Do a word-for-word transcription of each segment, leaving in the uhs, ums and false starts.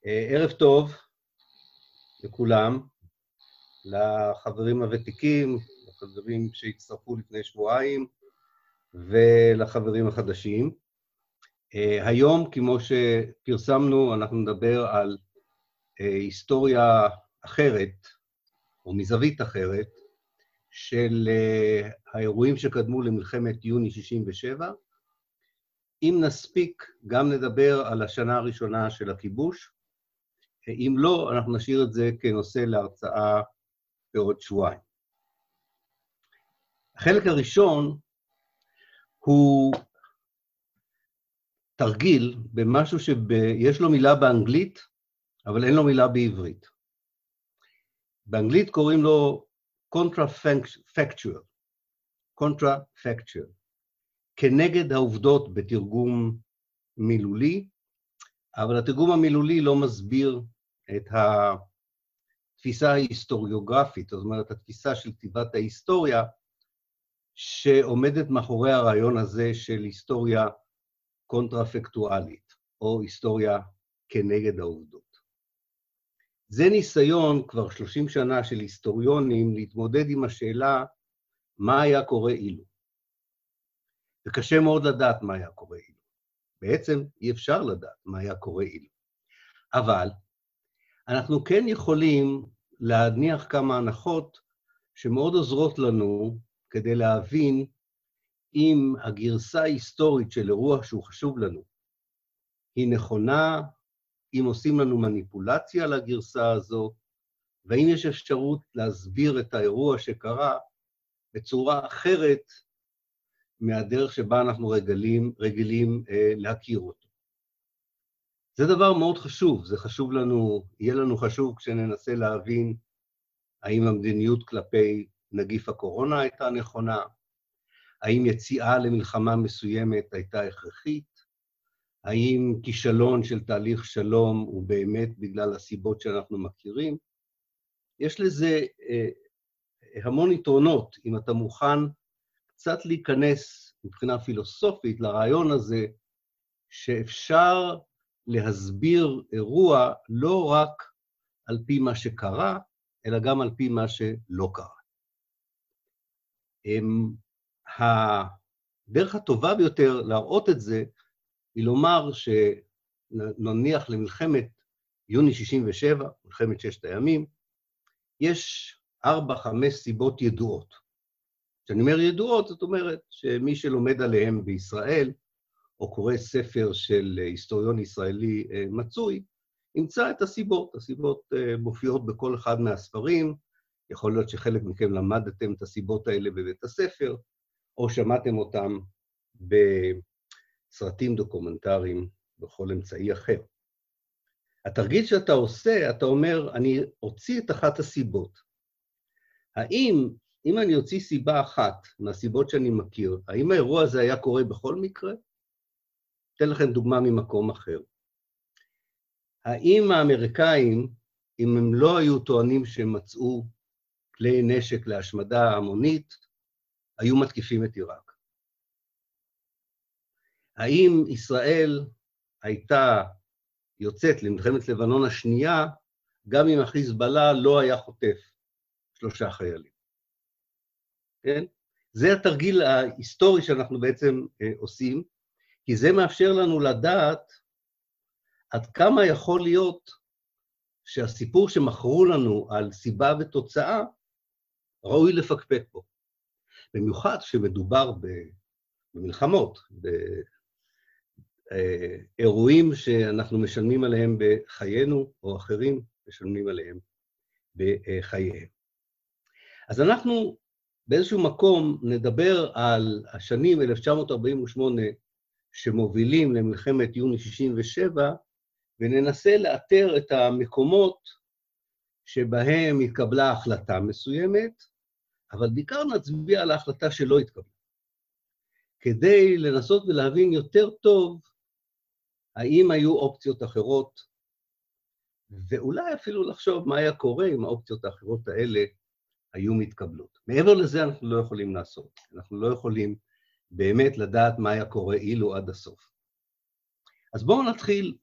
ערב טוב לכולם, לחברים הוותיקים, לחברים שהצטרפו לפני שבועיים ולחברים החדשים. היום, כמו שפרסמנו, אנחנו נדבר על היסטוריה אחרת, או מזווית אחרת, של האירועים שקדמו למלחמת יוני שישים ושבע. אם נספיק, גם נדבר על השנה הראשונה של הכיבוש. אם לא, אנחנו נשאיר את זה כנושא להרצאה בעוד שבועיים. החלק הראשון הוא תרגיל במשהו שיש לו מילה באנגלית, אבל אין לו מילה בעברית. באנגלית קוראים לו counterfactual, counterfactual, כנגד העובדות בתרגום מילולי, אבל התרגום המילולי לא מסביר את התפיסה ההיסטוריוגרפית, זאת אומרת, התפיסה של כתיבת ההיסטוריה, שעומדת מאחורי הרעיון הזה של היסטוריה קונטרפקטואלית, או היסטוריה כנגד העובדות. זה ניסיון כבר שלושים שנה של היסטוריונים להתמודד עם השאלה מה היה קורה אילו. וקשה מאוד לדעת מה היה קורה אילו. בעצם אי אפשר לדעת מה היה קורה אילו. אבל אנחנו כן יכולים להניח כמה הנחות שמאוד עוזרות לנו כדי להבין אם הגרסה ההיסטורית של אירוע שהוא חשוב לנו היא נכונה, אם עושים לנו מניפולציה על הגרסה הזו, והאם יש אפשרות להסביר את האירוע שקרה בצורה אחרת מהדרך שבה אנחנו רגילים, רגילים אה, להכיר אותו. זה דבר מאוד חשוב, זה חשוב לנו, יהיה לנו חשוב כשננסה להבין האם המדיניות כלפי נגיף הקורונה הייתה נכונה, האם יציאה למלחמה מסוימת הייתה הכרחית, האם כישלון של תהליך שלום הוא באמת בגלל הסיבות שאנחנו מכירים. יש לזה אה, המון יתרונות, אם אתה מוכן קצת להיכנס מבחינה פילוסופית לרעיון הזה, שאפשר להסביר אירוע לא רק על פי מה שקרה, אלא גם על פי מה שלא קרה. הדרך הטובה ביותר להראות את זה, היא לומר שנניח למלחמת יוני שישים ושבע, מלחמת ששת הימים, יש ארבע, חמש סיבות ידועות. כשאני אומר ידועות, זאת אומרת שמי שלומד עליהם בישראל, או קורא ספר של היסטוריון ישראלי מצוי, ימצא את הסיבות. הסיבות מופיעות בכל אחד מהספרים, יכול להיות שחלק מכם למדתם את הסיבות האלה בבית הספר, או שמעתם אותם בסרטים דוקומנטריים בכל אמצעי אחר. התרגיל שאתה עושה, אתה אומר, אני אוציא את אחת הסיבות. האם, אם אני אוציא סיבה אחת מהסיבות שאני מכיר, האם האירוע הזה היה קורה בכל מקרה? אתן לכם דוגמה ממקום אחר. האם האמריקאים, אם הם לא היו טוענים שהם מצאו כלי נשק להשמדה המונית, היו מתקיפים את עיראק? האם ישראל הייתה יוצאת למלחמת לבנון השנייה, גם אם החיזבאללה לא היה חוטף שלושה חיילים? כן? זה התרגיל ההיסטורי שאנחנו בעצם אה, עושים, כי זה מאפשר לנו לדעת עד כמה יכול להיות שהסיפור שמכרו לנו על סיבה ותוצאה, ראוי לפקפק בו. במיוחד שמדובר במלחמות, באירועים שאנחנו משלמים עליהם בחיינו, או אחרים משלמים עליהם בחייהם. אז אנחנו באיזשהו מקום נדבר על השנים אלף תשע מאות ארבעים ושמונה שמובילים למלחמת יוני שישים ושבע, וננסה לאתר את המקומות שבהם התקבלה החלטה מסוימת, אבל בעיקר נצביע על ההחלטה שלא התקבלה, כדי לנסות ולהבין יותר טוב האם היו אופציות אחרות, ואולי אפילו לחשוב מה היה קורה אם האופציות האחרות האלה היו מתקבלות. מעבר לזה אנחנו לא יכולים לעשות, אנחנו לא יכולים באמת לדעת מה היה קורה אילו עד הסוף. אז בואו נתחיל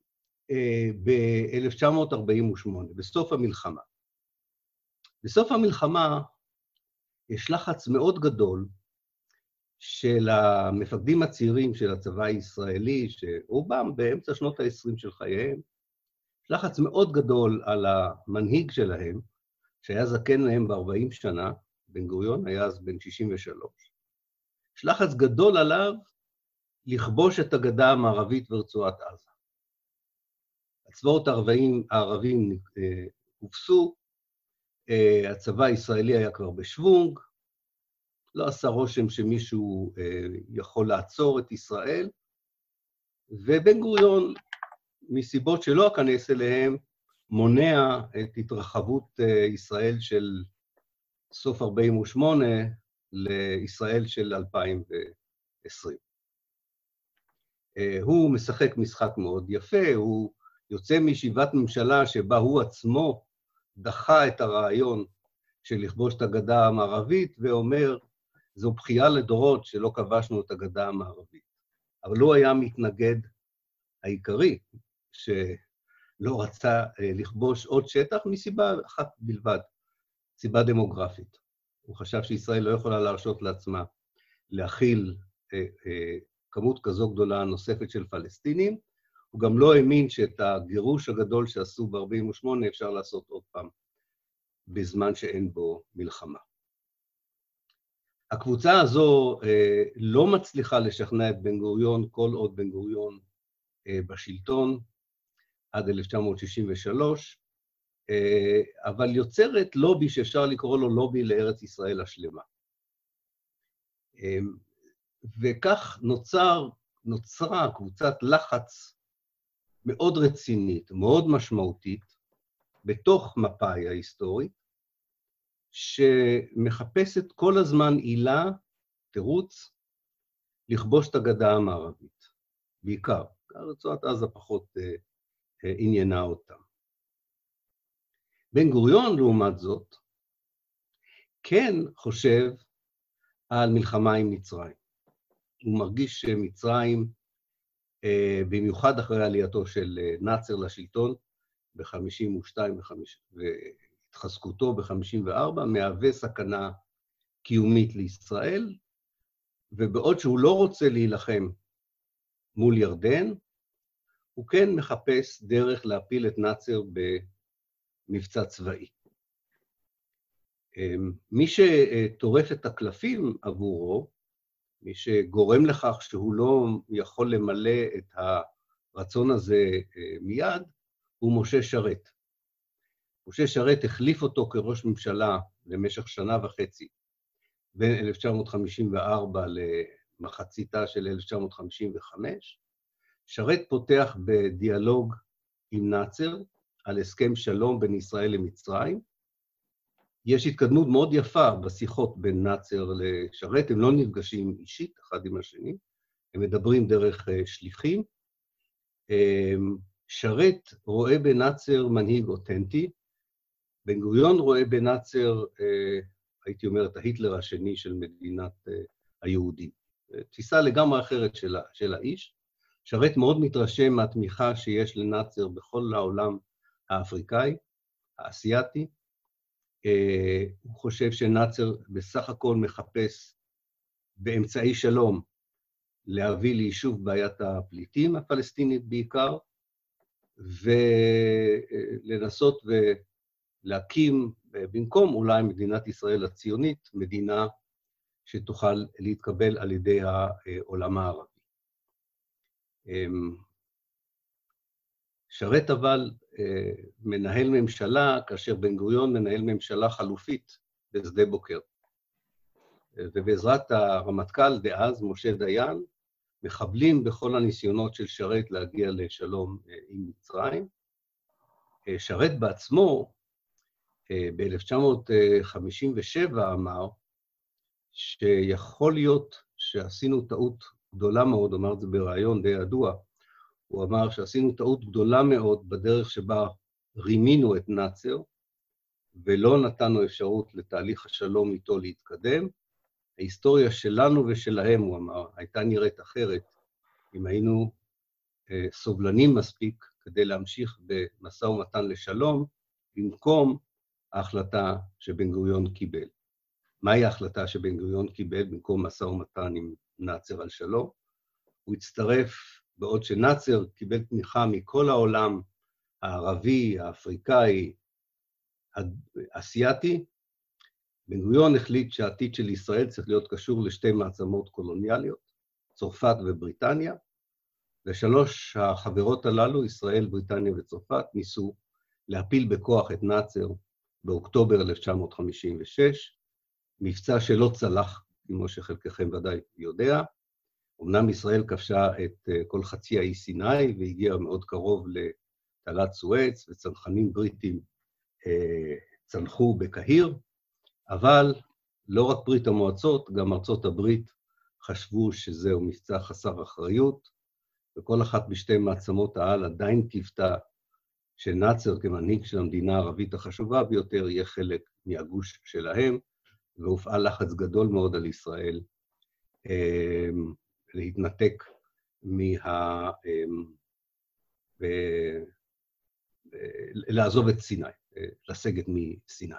ב-אלף תשע מאות ארבעים ושמונה, בסוף המלחמה. בסוף המלחמה יש לחץ מאוד גדול של המפקדים הצעירים של הצבא הישראלי, שרובם באמצע שנות ה-עשרים של חייהם, לחץ מאוד גדול על המנהיג שלהם, שהיה זקן להם ב-ארבעים שנה, בן גוריון היה אז בן שישים ושלוש. יש לחץ גדול עליו לכבוש את הגדה המערבית ורצועת עזה. הצבאות הערבים, הערבים אה, הופסו, אה, הצבא הישראלי היה כבר בשוונג, לא עשה רושם שמישהו אה, יכול לעצור את ישראל, ובן גוריון, מסיבות שלא אכנס אליהם, מונע את התרחבות אה, ישראל של סוף ארבעים ושמונה לישראל של אלפיים ועשרים. אה, הוא משחק משחק מאוד יפה, הוא יוצא מישיבת ממשלה שבה הוא עצמו דחה את הרעיון של לכבוש את הגדה המערבית, ואומר, זו בכייה לדורות שלא כבשנו את הגדה המערבית. אבל הוא היה מתנגד העיקרי, שלא רצה לכבוש עוד שטח מסיבה אחת בלבד, סיבה דמוגרפית. הוא חשב שישראל לא יכולה להרשות לעצמה להכיל אה, אה, כמות כזו גדולה נוספת של פלסטינים, הוא גם לא האמין שאת הגירוש הגדול שעשו ב-ארבעים ושמונה אפשר לעשות עוד פעם, בזמן שאין בו מלחמה. הקבוצה הזו אה, לא מצליחה לשכנע את בן גוריון, כל עוד בן גוריון אה, בשלטון, עד אלף תשע מאות שישים ושלוש, אה, אבל יוצרת לובי שאפשר לקרוא לו לובי לארץ ישראל השלמה. אה, וכך נוצר, נוצרה קבוצת לחץ מאוד רצינית, מאוד משמעותית, בתוך מפא"י ההיסטורית, שמחפשת כל הזמן עילה, תירוץ, לכבוש את הגדה המערבית, בעיקר. רצועת עזה פחות אה, אה, עניינה אותם. בן גוריון, לעומת זאת, כן חושב על מלחמה עם מצרים. הוא מרגיש שמצרים, אה, במיוחד אחרי עלייתו של אה, נאצר לשלטון, ב-חמישים ושתיים והתחזקותו ב-חמישים וארבע, מהווה סכנה קיומית לישראל, ובעוד שהוא לא רוצה להילחם מול ירדן, הוא כן מחפש דרך להפיל את נאצר במבצע צבאי. מי שטורף את הקלפים עבורו, מי שגורם לכך שהוא לא יכול למלא את הרצון הזה מיד, הוא משה שרת. משה שרת החליף אותו כראש ממשלה למשך שנה וחצי, בין אלף תשע מאות חמישים וארבע למחציתה של אלף תשע מאות חמישים וחמש. שרת פותח בדיאלוג עם נאצר על הסכם שלום בין ישראל למצרים. יש התקדמות מאוד יפה בשיחות בין נאצר לשרת, הם לא נפגשים אישית אחד עם השני, הם מדברים דרך שליחים. שרת רואה בנאצר מנהיג אותנטי, בן גוריון רואה בנאצר, הייתי אומר, את ההיטלר השני של מדינת היהודים. תפיסה לגמרי אחרת של, של האיש. שרת מאוד מתרשם מהתמיכה שיש לנאצר בכל העולם האפריקאי, האסייתי. הוא חושב שנאצר בסך הכל מחפש באמצעי שלום להביא ליישוב בעיית הפליטים הפלסטינית בעיקר, ולנסות ולהקים במקום אולי מדינת ישראל הציונית, מדינה שתוכל להתקבל על ידי העולם הערבי. שרת אבל מנהל ממשלה, כאשר בן גוריון מנהל ממשלה חלופית בשדה בוקר. ובעזרת הרמטכ"ל דאז, משה דיין, מחבלים בכל הניסיונות של שרת להגיע לשלום עם מצרים. שרת בעצמו, ב-אלף תשע מאות חמישים ושבע אמר, שיכול להיות שעשינו טעות גדולה מאוד, אמר את זה ברעיון די ידוע, הוא אמר שעשינו טעות גדולה מאוד בדרך שבה רימינו את נאצר, ולא נתנו אפשרות לתהליך השלום איתו להתקדם. ההיסטוריה שלנו ושלהם, הוא אמר, הייתה נראית אחרת, אם היינו אה, סובלנים מספיק כדי להמשיך במשא ומתן לשלום, במקום ההחלטה שבן גוריון קיבל. מהי ההחלטה שבן גוריון קיבל במקום משא ומתן עם נאצר על שלום? הוא הצטרף, בעוד שנאצר קיבל תמיכה מכל העולם הערבי, האפריקאי, האסייתי, בן גוריון החליט שהעתיד של ישראל צריך להיות קשור לשתי מעצמות קולוניאליות, צרפת ובריטניה, ושלוש החברות הללו, ישראל, בריטניה וצרפת, ניסו להפיל בכוח את נאצר באוקטובר אלף תשע מאות חמישים ושש, מבצע שלא צלח, כמו שחלקכם ודאי יודע. אמנם ישראל כבשה את כל חצי האי סיני והגיעה מאוד קרוב לתעלת סואץ, וצנחנים בריטים אה, צנחו בקהיר, אבל לא רק ברית המועצות, גם ארצות הברית חשבו שזהו מבצע חסר אחריות, וכל אחת בשתי מעצמות העל עדיין קיוותה שנאצר כמנהיג של המדינה הערבית החשובה ביותר יהיה חלק מהגוש שלהם, והופעל לחץ גדול מאוד על ישראל אה, להתנתק מה... אה, אה, לעזוב את סיני, אה, לסגת מסיני.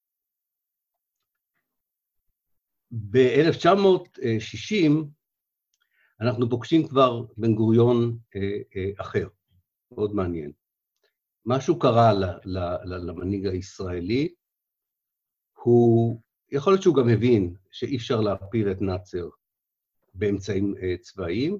ב-אלף תשע מאות שישים אנחנו פוגשים כבר בן גוריון אה, אה, אחר, מאוד מעניין. משהו קרה למנהיג הישראלי, הוא, יכול להיות שהוא גם הבין שאי אפשר להפיל את נאצר באמצעים צבאיים,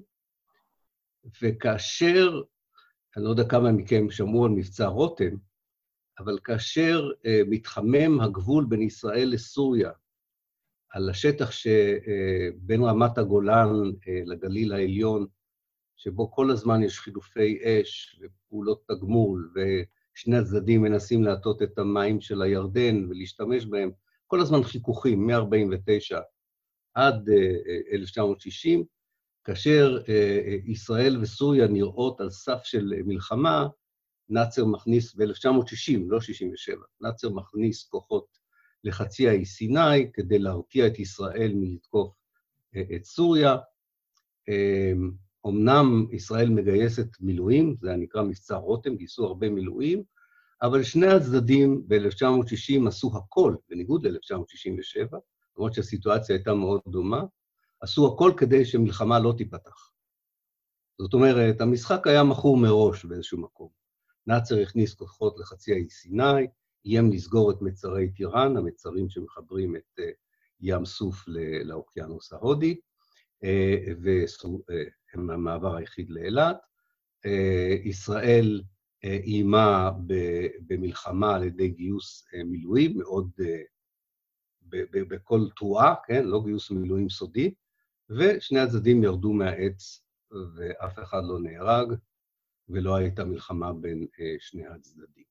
וכאשר, אני לא יודע כמה מכם שמעו על מבצע רותם, אבל כאשר מתחמם הגבול בין ישראל לסוריה, על השטח שבין רמת הגולן לגליל העליון, שבו כל הזמן יש חילופי אש ופעולות תגמול, ושני הצדדים מנסים להטות את המים של הירדן ולהשתמש בהם, כל הזמן חיכוכים, מ-ארבעים ותשע עד אלף תשע מאות שישים, כאשר ישראל וסוריה נראות על סף של מלחמה, נאצר מכניס, ב-אלף תשע מאות שישים, לא שישים ושבע, נאצר מכניס כוחות לחצי האי סיני, כדי להרתיע את ישראל מלתקוף את סוריה. אמנם ישראל מגייסת מילואים, זה נקרא מבצע רותם, גייסו הרבה מילואים, אבל שני הצדדים ב-אלף תשע מאות שישים עשו הכל, בניגוד ל-אלף תשע מאות שישים ושבע, למרות שהסיטואציה הייתה מאוד דומה, עשו הכל כדי שמלחמה לא תיפתח. זאת אומרת, המשחק היה מכור מראש באיזשהו מקום. נאצר הכניס כוחות לחצי האי סיני, איים לסגור את מצרי טיראן, המצרים שמחברים את ים סוף לאוקיינוס ההודי, והם המעבר היחיד לאילת. ישראל איימה במלחמה על ידי גיוס מילואים, מאוד בכל תרועה, כן? לא גיוס מילואים סודי, ושני הצדדים ירדו מהעץ, ואף אחד לא נהרג, ולא הייתה מלחמה בין שני הצדדים.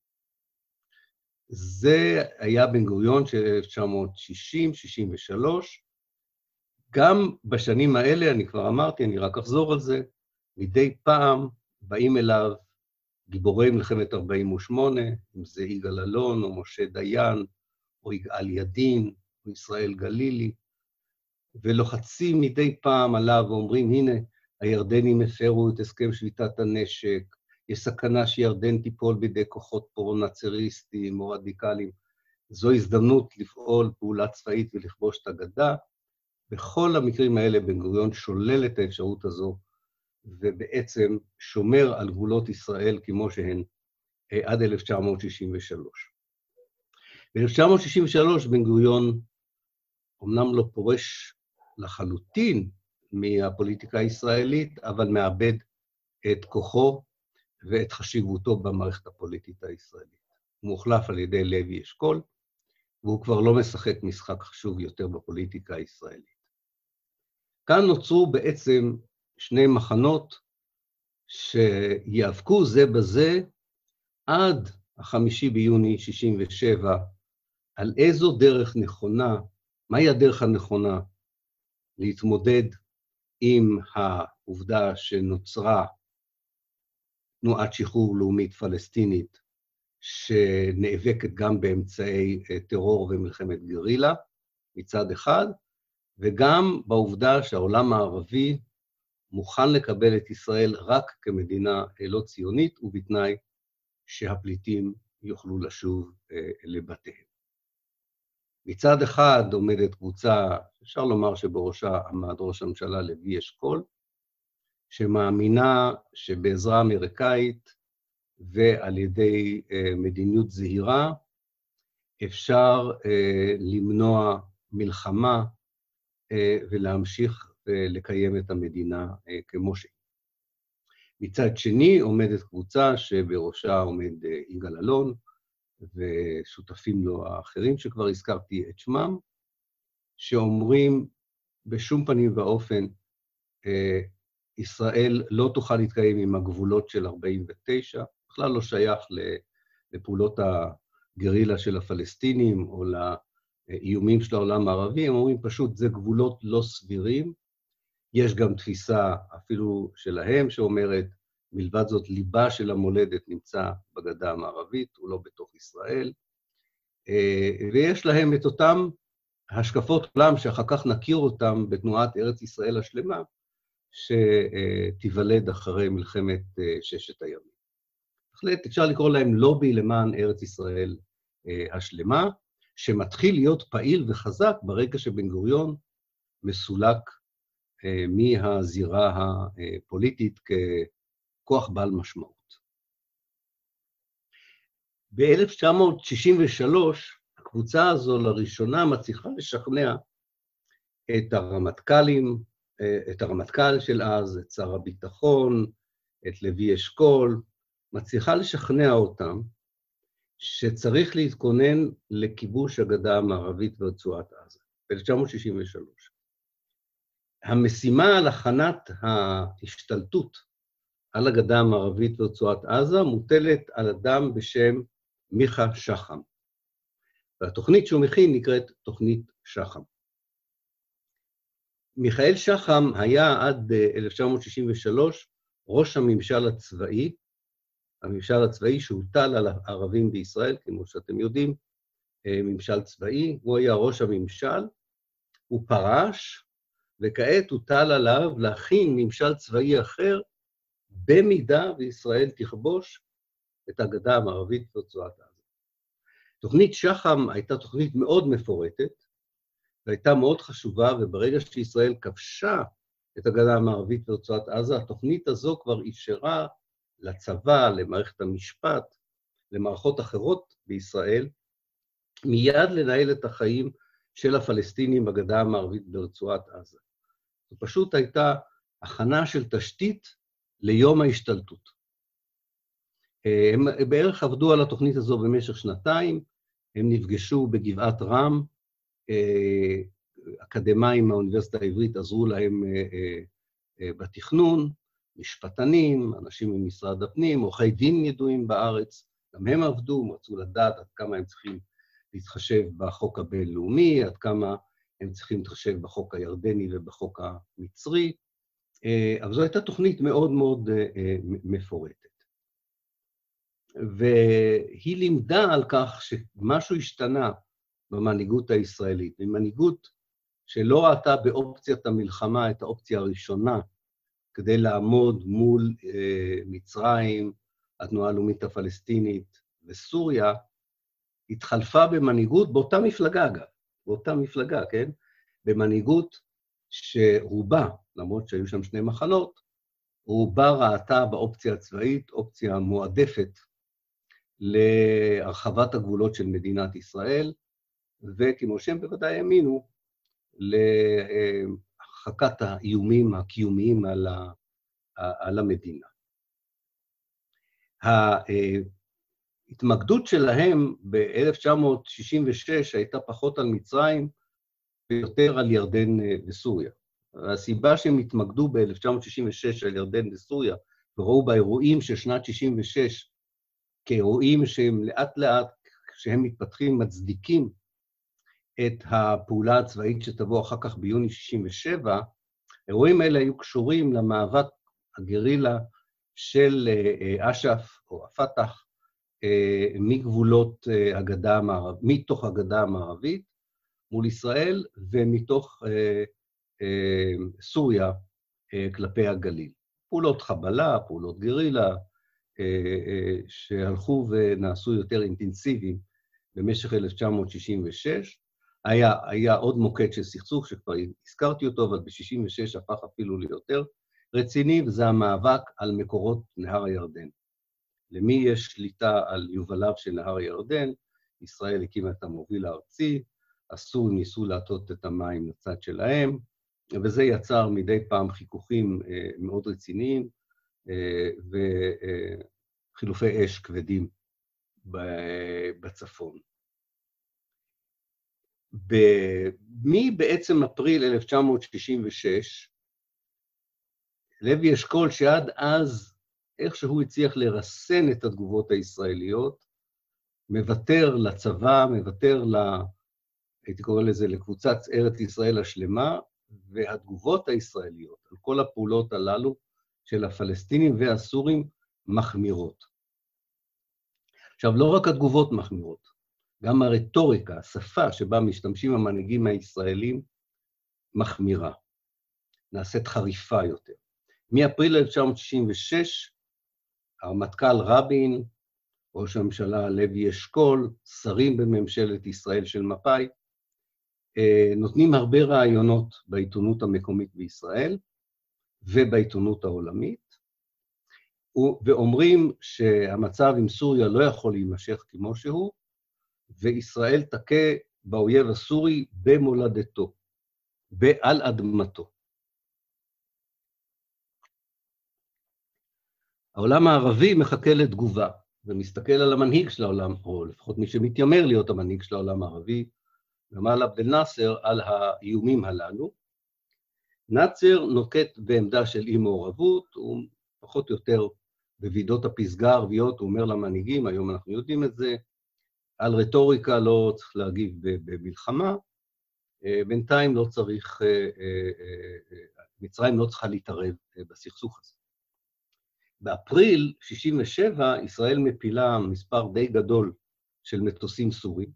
זה היה בן גוריון של אלף תשע מאות שישים שישים ושלוש. גם בשנים האלה, אני כבר אמרתי, אני רק אחזור על זה, מדי פעם באים אליו גיבורי מלחמת ארבעים ושמונה, אם זה יגאל אלון או משה דיין, או יגאל ידין, או ישראל גלילי, ולוחצים מדי פעם עליו ואומרים, הנה, הירדנים הפרו את הסכם שביתת הנשק, יש סכנה שירדן תיפול בידי כוחות פרו-נאצריסטים או רדיקליים. זו הזדמנות לפעול פעולה צבאית ולכבוש את הגדה. בכל המקרים האלה בן גוריון שולל את האפשרות הזו, ובעצם שומר על גבולות ישראל כמו שהן עד אלף תשע מאות שישים ושלוש. ב-אלף תשע מאות שישים ושלוש בן גוריון אמנם לא פורש לחלוטין מהפוליטיקה הישראלית, אבל מאבד את כוחו ואת חשיבותו במערכת הפוליטית הישראלית. הוא מוחלף על ידי לוי אשכול, והוא כבר לא משחק משחק חשוב יותר בפוליטיקה הישראלית. כאן נוצרו בעצם שני מחנות שיאבקו זה בזה עד החמישי ביוני שישים ושבע, על איזו דרך נכונה, מהי הדרך הנכונה להתמודד עם העובדה שנוצרה תנועת שחרור לאומית פלסטינית, שנאבקת גם באמצעי טרור ומלחמת גרילה מצד אחד, וגם בעובדה שהעולם הערבי מוכן לקבל את ישראל רק כמדינה לא ציונית, ובתנאי שהפליטים יוכלו לשוב לבתיהם. מצד אחד עומדת קבוצה, אפשר לומר שבראשה עמד ראש הממשלה לוי אשכול, שמאמינה שבעזרה אמריקאית ועל ידי מדיניות זהירה, אפשר למנוע מלחמה ולהמשיך לקיים את המדינה כמו שהיא. מצד שני עומדת קבוצה שבראשה עומד יגאל אלון, ושותפים לו האחרים שכבר הזכרתי את שמם, שאומרים בשום פנים ואופן, ישראל לא תוכל להתקיים עם הגבולות של ארבעים ותשע, בכלל לא שייך לפעולות הגרילה של הפלסטינים, או לאיומים של העולם הערבי, הם אומרים פשוט, זה גבולות לא סבירים. יש גם תפיסה אפילו שלהם שאומרת, מלבד זאת, ליבה של המולדת נמצא בגדה המערבית, הוא לא בתוך ישראל, ויש להם את אותם השקפות עולם שאחר כך נכיר אותם בתנועת ארץ ישראל השלמה, שתיוולד אחרי מלחמת ששת הימים. בהחלט אפשר לקרוא להם לובי למען ארץ ישראל השלמה, שמתחיל להיות פעיל וחזק ברגע שבן גוריון מסולק מהזירה הפוליטית ככוח בעל משמעות. ב-אלף תשע מאות שישים ושלוש, הקבוצה הזו לראשונה מצליחה לשכנע את הרמטכ"לים, את הרמטכ"ל של אז, את שר הביטחון, את לוי אשכול, מצליחה לשכנע אותם שצריך להתכונן לכיבוש הגדה המערבית ורצועת עזה, ב-אלף תשע מאות שישים ושלוש. המשימה על הכנת ההשתלטות על הגדה המערבית ורצועת עזה מוטלת על אדם בשם מיכה שחם. והתוכנית שהוא מכין נקראת תוכנית שחם. מיכאל שחם היה עד אלף תשע מאות שישים ושלוש ראש הממשל הצבאי, הממשל הצבאי שהוטל על הערבים בישראל, כמו שאתם יודעים, ממשל צבאי, הוא היה ראש הממשל, הוא פרש, וכעת הוטל עליו להכין ממשל צבאי אחר, במידה וישראל תכבוש את הגדה המערבית ורצועת עזה. תוכנית שחם הייתה תוכנית מאוד מפורטת, והייתה מאוד חשובה, וברגע שישראל כבשה את הגדה המערבית ורצועת עזה, התוכנית הזו כבר אפשרה לצבא, למערכת המשפט, למערכות אחרות בישראל, מיד לנהל את החיים של הפלסטינים בגדה המערבית ברצועת עזה. זו פשוט הייתה הכנה של תשתית ליום ההשתלטות. הם בערך עבדו על התוכנית הזו במשך שנתיים, הם נפגשו בגבעת רם, אקדמאים מהאוניברסיטה העברית עזרו להם בתכנון, משפטנים, אנשים ממשרד הפנים, עורכי דין ידועים בארץ, גם הם עבדו, הם רצו לדעת עד כמה הם צריכים להתחשב בחוק הבינלאומי, עד כמה הם צריכים להתחשב בחוק הירדני ובחוק המצרי, אבל זו הייתה תוכנית מאוד מאוד מפורטת. והיא לימדה על כך שמשהו השתנה במנהיגות הישראלית, במנהיגות שלא ראתה באופציית המלחמה את האופציה הראשונה, כדי לעמוד מול אה, מצרים, התנועה הלאומית הפלסטינית וסוריה, התחלפה במנהיגות, באותה מפלגה אגב, באותה מפלגה, כן? במנהיגות שרובה, למרות שהיו שם שני מחנות, רובה ראתה באופציה הצבאית, אופציה מועדפת להרחבת הגבולות של מדינת ישראל, וכמו שהם בוודאי האמינו, להרחקת האיומים הקיומיים על, ה, על המדינה. ההתמקדות שלהם ב-אלף תשע מאות שישים ושש הייתה פחות על מצרים ויותר על ירדן וסוריה. הסיבה שהם התמקדו ב-אלף תשע מאות שישים ושש על ירדן וסוריה, וראו באירועים של שנת שישים ושש כאירועים שהם לאט לאט, כשהם מתפתחים, מצדיקים את הפעולה הצבאית שתבוא אחר כך ביוני שישים ושבע, האירועים האלה היו קשורים למאבק הגרילה של אש"ף או הפתח מגבולות הגדה המערבית, מתוך הגדה המערבית מול ישראל ומתוך סוריה כלפי הגליל. פעולות חבלה, פעולות גרילה, שהלכו ונעשו יותר אינטנסיביים במשך אלף תשע מאות שישים ושש. היה, היה עוד מוקד של סכסוך שכבר הזכרתי אותו, אבל ב-שישים ושש הפך אפילו ליותר רציני, וזה המאבק על מקורות נהר הירדן. למי יש שליטה על יובליו של נהר הירדן? ישראל הקימה את המוביל הארצי, הסורים ניסו להטות את המים לצד שלהם, וזה יצר מדי פעם חיכוכים מאוד רציניים, וחילופי אש כבדים בצפון. מבעצם אפריל אלף תשע מאות שישים ושש, לוי אשכול, שעד אז איכשהו הצליח לרסן את התגובות הישראליות, מוותר לצבא, מוותר ל... הייתי קורא לזה לקבוצת ארץ ישראל השלמה, והתגובות הישראליות על כל הפעולות הללו של הפלסטינים והסורים מחמירות. עכשיו, לא רק התגובות מחמירות, גם הרטוריקה, השפה שבה משתמשים המנהיגים הישראלים, מחמירה, נעשית חריפה יותר. מאפריל אלף תשע מאות שישים ושש, הרמטכ"ל רבין, ראש הממשלה לוי אשכול, שרים בממשלת ישראל של מפא"י, נותנים הרבה רעיונות בעיתונות המקומית בישראל ובעיתונות העולמית, ואומרים שהמצב עם סוריה לא יכול להימשך כמו שהוא, וישראל תכה באויב הסורי במולדתו, על אדמתו. העולם הערבי מחכה לתגובה, ומסתכל על המנהיג של העולם, או לפחות מי שמתיימר להיות המנהיג של העולם הערבי, גמל עבד אל-נאצר, על האיומים הללו. נאצר נוקט בעמדה של אי מעורבות, הוא פחות או יותר בוועידות הפסגה הערביות, הוא אומר למנהיגים, היום אנחנו יודעים את זה, על רטוריקה לא צריך להגיב במלחמה, בינתיים לא צריך, מצרים לא צריכה להתערב בסכסוך הזה. באפריל שישים ושבע, ישראל מפילה מספר די גדול של מטוסים סורים,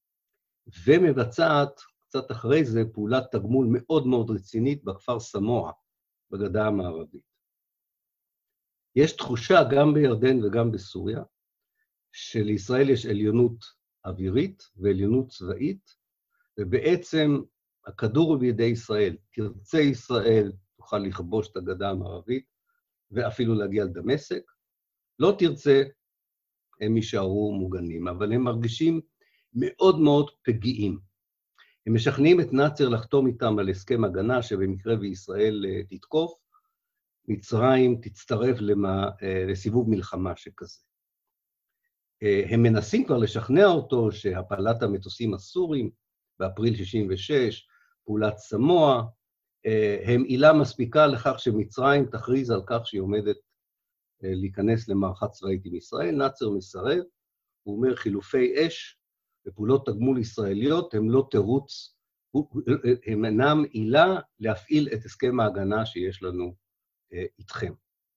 ומבצעת קצת אחרי זה פעולת תגמול מאוד מאוד רצינית בכפר סמוע, בגדה המערבית. יש תחושה גם בירדן וגם בסוריה, שלישראל יש עליונות אווירית ועליונות צבאית, ובעצם הכדור הוא בידי ישראל. תרצה ישראל, תוכל לכבוש את הגדה המערבית, ואפילו להגיע לדמשק. לא תרצה, הם יישארו מוגנים, אבל הם מרגישים מאוד מאוד פגיעים. הם משכנעים את נאצר לחתום איתם על הסכם הגנה, שבמקרה וישראל תתקוף, מצרים תצטרף למה, לסיבוב מלחמה שכזה. הם מנסים כבר לשכנע אותו שהפלת המטוסים הסורים, באפריל שישים ושש, פעולת סמוע, הם עילה מספיקה לכך שמצרים תכריז על כך שהיא עומדת להיכנס למערכה צבאית עם ישראל. נאצר מסרב, הוא אומר חילופי אש ופעולות תגמול ישראליות הם לא תירוץ, הם אינם עילה להפעיל את הסכם ההגנה שיש לנו איתכם.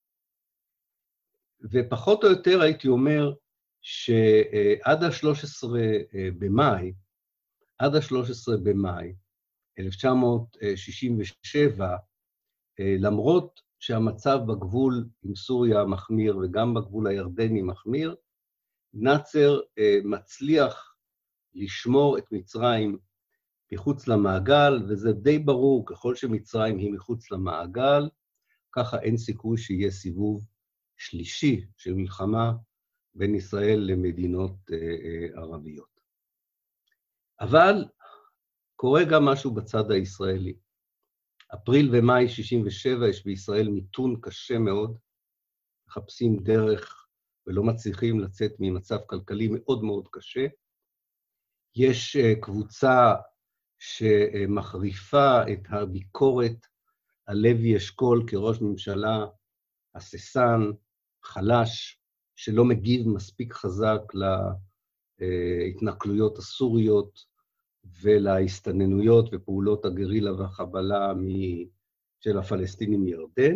ופחות או יותר הייתי אומר שעד ה-שלושה עשר במאי, עד ה-שלושה עשר במאי, אלף תשע מאות שישים ושבע, למרות שהמצב בגבול עם סוריה מחמיר וגם בגבול הירדני מחמיר, נאצר מצליח לשמור את מצרים מחוץ למעגל, וזה די ברור, ככל שמצרים היא מחוץ למעגל, ככה אין סיכוי שיהיה סיבוב שלישי של מלחמה בין ישראל למדינות ערביות. אבל קורה גם משהו בצד הישראלי. אפריל ומאי שישים ושבע יש בישראל מיתון קשה מאוד, מחפשים דרך ולא מצליחים לצאת ממצב כלכלי מאוד מאוד קשה. יש קבוצה שמחריפה את הביקורת על לוי אשכול כראש ממשלה הססן, חלש, שלא מגיב מספיק חזק להתנכלויות הסוריות, ולהסתננויות ופעולות הגרילה והחבלה של הפלסטינים מירדן,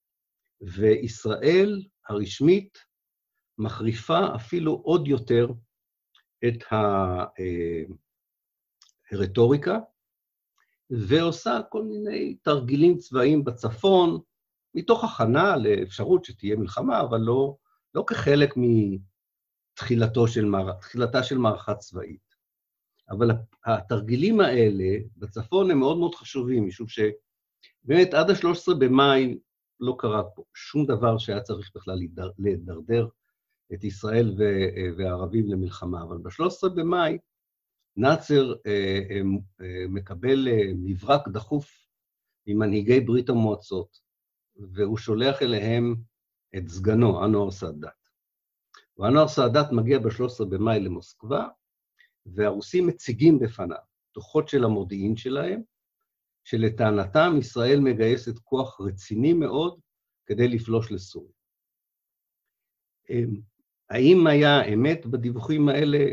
וישראל הרשמית מחריפה אפילו עוד יותר את הרטוריקה, ועושה כל מיני תרגילים צבאיים בצפון, מתוך הכנה לאפשרות שתהיה מלחמה, אבל לא, לא כחלק מתחילתו של מער... תחילתה של מערכה צבאית. אבל התרגילים האלה בצפון הם מאוד מאוד חשובים, משום שבאמת עד ה-שלושה עשר במאי לא קרה פה שום דבר שהיה צריך בכלל להידרדר את ישראל והערבים למלחמה, אבל ב-שלושה עשר במאי נאצר מקבל מברק דחוף ממנהיגי ברית המועצות, והוא שולח אליהם את סגנו, אנואר סאדאת. ואנואר סאדאת מגיע ב-שלושה עשר במאי למוסקבה, והרוסים מציגים בפניו דוחות של המודיעין שלהם, שלטענתם ישראל מגייסת כוח רציני מאוד כדי לפלוש לסוריה. האם היה אמת בדיווחים האלה?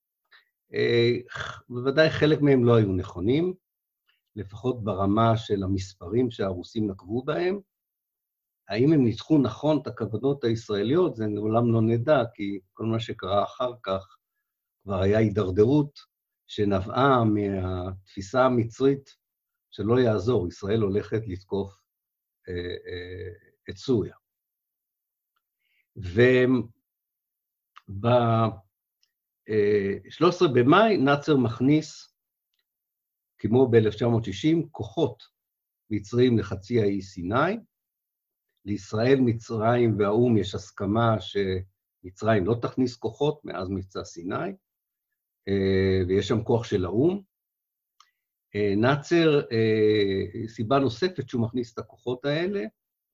בוודאי חלק מהם לא היו נכונים, לפחות ברמה של המספרים שהרוסים נקבו בהם. האם הם ניתחו נכון את הכוונות הישראליות? זה לעולם לא נדע, כי כל מה שקרה אחר כך כבר היה הידרדרות שנבעה מהתפיסה המצרית שלא יעזור, ישראל הולכת לתקוף אה, אה, את סוריה. וב-שלושה עשר במאי נאצר מכניס, כמו ב-אלף תשע מאות שישים, כוחות מצריים לחצי האי סיני. לישראל, מצרים והאום יש הסכמה שמצרים לא תכניס כוחות מאז מבצע סיני, ויש שם כוח של האום. נאצר, סיבה נוספת שהוא מכניס את הכוחות האלה,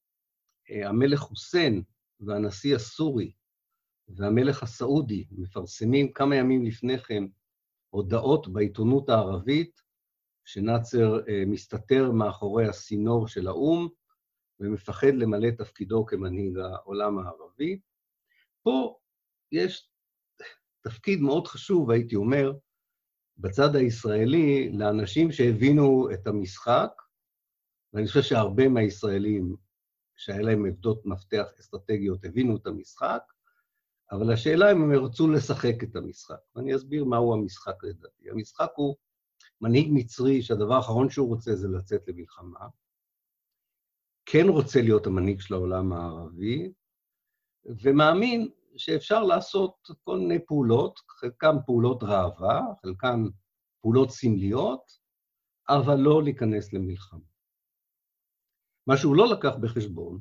המלך חוסיין והנשיא הסורי והמלך הסעודי מפרסמים כמה ימים לפני כן הודעות בעיתונות הערבית, שנאצר מסתתר מאחורי הסינור של האום, ומפחד למלא תפקידו כמנהיג העולם הערבי. פה יש תפקיד מאוד חשוב, הייתי אומר, בצד הישראלי, לאנשים שהבינו את המשחק, ואני חושב שהרבה מהישראלים שהיה להם עמדות מפתח אסטרטגיות הבינו את המשחק, אבל השאלה אם הם רצו לשחק את המשחק. ואני אסביר מהו המשחק לדעתי. המשחק הוא מנהיג מצרי שהדבר האחרון שהוא רוצה זה לצאת למלחמה, כן רוצה להיות המנהיג של העולם הערבי, ומאמין שאפשר לעשות כל מיני פעולות, חלקן פעולות ראווה, חלקן פעולות סמליות, אבל לא להיכנס למלחמה. מה שהוא לא לקח בחשבון,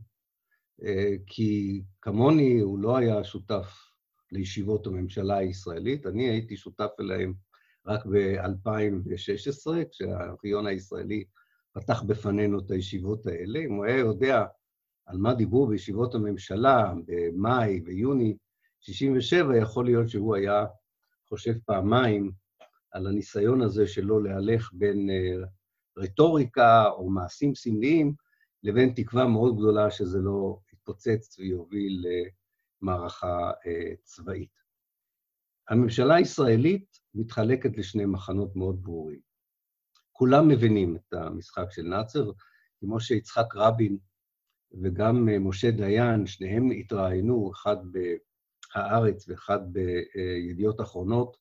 כי כמוני הוא לא היה שותף לישיבות הממשלה הישראלית, אני הייתי שותף אליהם רק ב-אלפיים ושש עשרה, כשהארכיון הישראלי פתח בפנינו את הישיבות האלה. אם הוא היה יודע על מה דיברו בישיבות הממשלה במאי ויוני שישים ושבע, יכול להיות שהוא היה חושב פעמיים על הניסיון הזה שלו להלך בין רטוריקה או מעשים סמליים, לבין תקווה מאוד גדולה שזה לא יתפוצץ ויוביל למערכה צבאית. הממשלה הישראלית מתחלקת לשני מחנות מאוד ברורים. כולם מבינים את המשחק של נאצר, כמו שיצחק רבין וגם משה דיין, שניהם התראיינו, אחד בהארץ ואחד בידיעות אחרונות,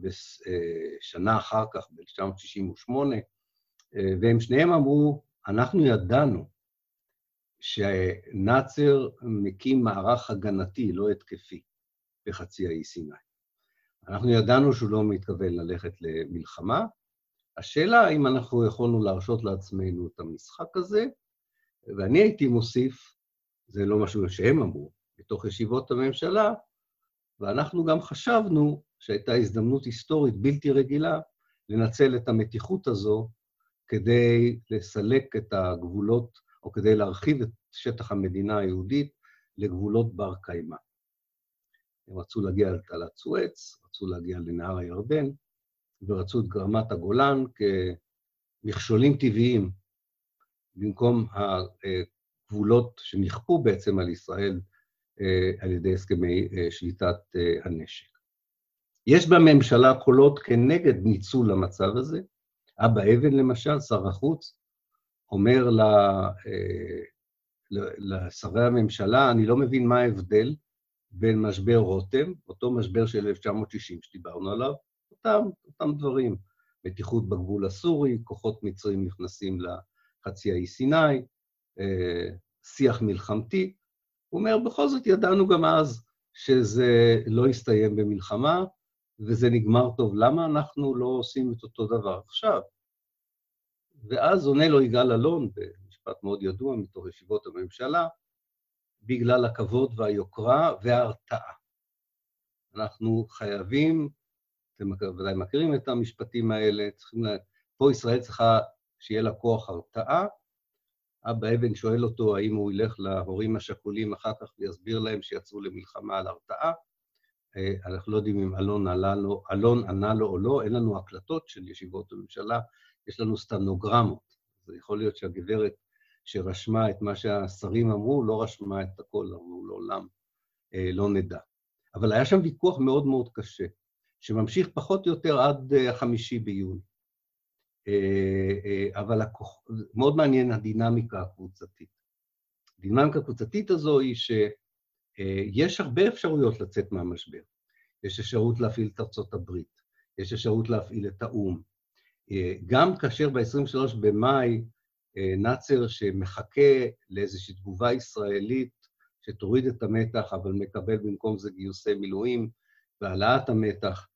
בשנה אחר כך, ב-אלף תשע מאות שישים ושמונה, והם שניהם אמרו, אנחנו ידענו שנאצר מקים מערך הגנתי, לא התקפי, בחצי האי סיני. אנחנו ידענו שהוא לא מתכוון ללכת למלחמה. השאלה אם אנחנו יכולנו להרשות לעצמנו את המשחק הזה, ואני הייתי מוסיף, זה לא משהו שהם אמרו, בתוך ישיבות הממשלה, ואנחנו גם חשבנו שהייתה הזדמנות היסטורית בלתי רגילה לנצל את המתיחות הזו כדי לסלק את הגבולות, או כדי להרחיב את שטח המדינה היהודית לגבולות בר קיימא. הם רצו להגיע לתעלת סואץ, רצו להגיע לנהר הירדן, ורצו את רמת הגולן כמכשולים טבעיים, במקום הגבולות שנכפו בעצם על ישראל על ידי הסכמי שליטת הנשק. יש בממשלה קולות כנגד ניצול המצב הזה. אבא אבן למשל, שר החוץ, אומר לשרי הממשלה, אני לא מבין מה ההבדל בין משבר רותם, אותו משבר של אלף תשע מאות שישים שדיברנו עליו, אותם, אותם דברים. מתיחות בגבול הסורי, כוחות מצרים נכנסים לחצי האי סיני, שיח מלחמתי. הוא אומר, בכל זאת ידענו גם אז שזה לא יסתיים במלחמה, וזה נגמר טוב. למה אנחנו לא עושים את אותו דבר עכשיו? ואז עונה לו יגאל אלון, במשפט מאוד ידוע מתוך ישיבות הממשלה, בגלל הכבוד והיוקרה וההרתעה. אנחנו חייבים, אתם ודאי מכירים את המשפטים האלה, צריכים לה... פה ישראל צריכה שיהיה לה כוח הרתעה. אבא אבן שואל אותו האם הוא ילך להורים השכולים אחר כך ויסביר להם שיצאו למלחמה על הרתעה. אנחנו לא יודעים אם אלון ענה לו, אלון ענה לו או לא, אין לנו הקלטות של ישיבות הממשלה, יש לנו סטנוגרמות. זה יכול להיות שהגברת שרשמה את מה שהשרים אמרו, לא רשמה את הכל, אמרו לעולם, לא נדע. אבל היה שם ויכוח מאוד מאוד קשה, שממשיך פחות או יותר עד החמישי ביוני. אבל מאוד מעניין הדינמיקה הקבוצתית. הדינמיקה הקבוצתית הזו היא שיש הרבה אפשרויות לצאת מהמשבר. יש אפשרות להפעיל את ארצות הברית, יש אפשרות להפעיל את האו"ם. גם כאשר ב-עשרים ושלושה במאי נאצר שמחכה לאיזושהי תגובה ישראלית שתוריד את המתח, אבל מקבל במקום זה גיוסי מילואים והעלאת המתח,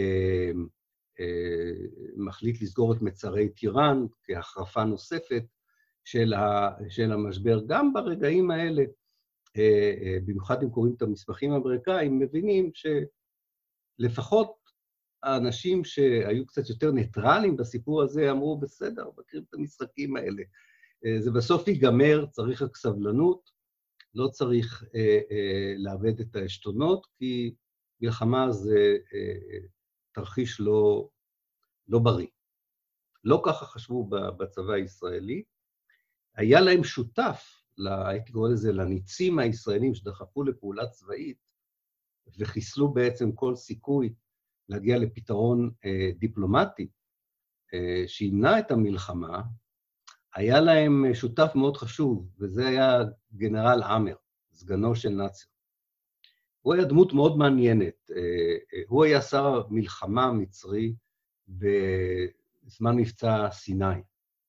מחליט לסגור את מצרי טיראן כהחרפה נוספת של, ה, של המשבר. גם ברגעים האלה, במיוחד אם קוראים את המסמכים האמריקאים, מבינים שלפחות האנשים שהיו קצת יותר ניטרליים בסיפור הזה אמרו, בסדר, מכירים את המשחקים האלה. זה בסוף ייגמר, צריך רק סבלנות, לא צריך אה, אה, לאבד את העשתונות, כי מלחמה זה אה, תרחיש לא, לא בריא. לא ככה חשבו בצבא הישראלי. היה להם שותף, הייתי קורא לזה, לניצים הישראלים שדחפו לפעולה צבאית, וחיסלו בעצם כל סיכוי להגיע לפתרון אה, דיפלומטי, אה, שימנע את המלחמה. היה להם שותף מאוד חשוב, וזה היה גנרל עמר, סגנו של נאצר. הוא היה דמות מאוד מעניינת. הוא היה שר המלחמה המצרי בזמן מבצע סיני.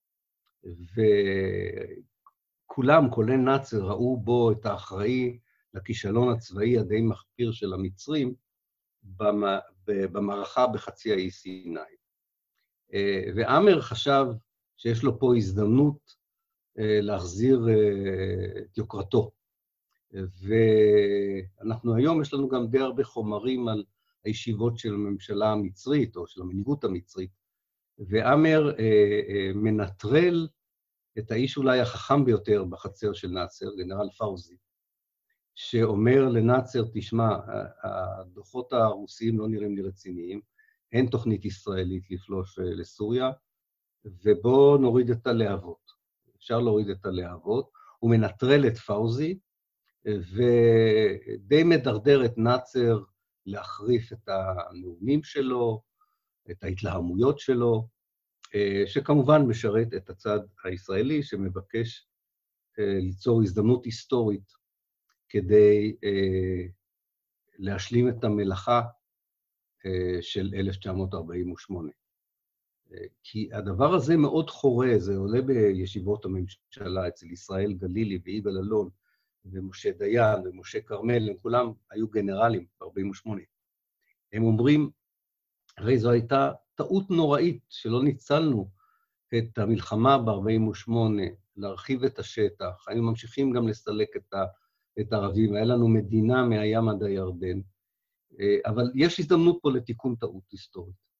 וכולם, כולל נאצר, ראו בו את האחראי לכישלון הצבאי הדי מחפיר של המצרים במערכה בחצי האי סיני. ועמר חשב שיש לו פה הזדמנות להחזיר את יוקרתו. ואנחנו היום, יש לנו גם די הרבה חומרים על הישיבות של הממשלה המצרית, או של המנהיגות המצרית, ועמר מנטרל את האיש אולי החכם ביותר בחצר של נאצר, גנרל פאוזי, שאומר לנאצר, תשמע, הדוחות הרוסיים לא נראים לי רציניים, אין תוכנית ישראלית לפלוש לסוריה, ובואו נוריד את הלהבות. אפשר להוריד את הלהבות. הוא מנטרל את פאוזי, ודי מדרדר את נאצר להחריף את הנאומים שלו, את ההתלהמויות שלו, שכמובן משרת את הצד הישראלי, שמבקש ליצור הזדמנות היסטורית כדי להשלים את המלאכה של אלף תשע מאות ארבעים ושמונה. כי הדבר הזה מאוד חורה, זה עולה בישיבות הממשלה אצל ישראל גלילי ויגאל אלון, ומשה דיין ומשה כרמל, הם כולם היו גנרלים ב-ארבעים ושמונה. הם אומרים, הרי זו הייתה טעות נוראית שלא ניצלנו את המלחמה ב-ארבעים ושמונה, להרחיב את השטח, היינו ממשיכים גם לסלק את, ה, את הערבים, היה לנו מדינה מהים עד הירדן, אבל יש הזדמנות פה לתיקון טעות היסטורית.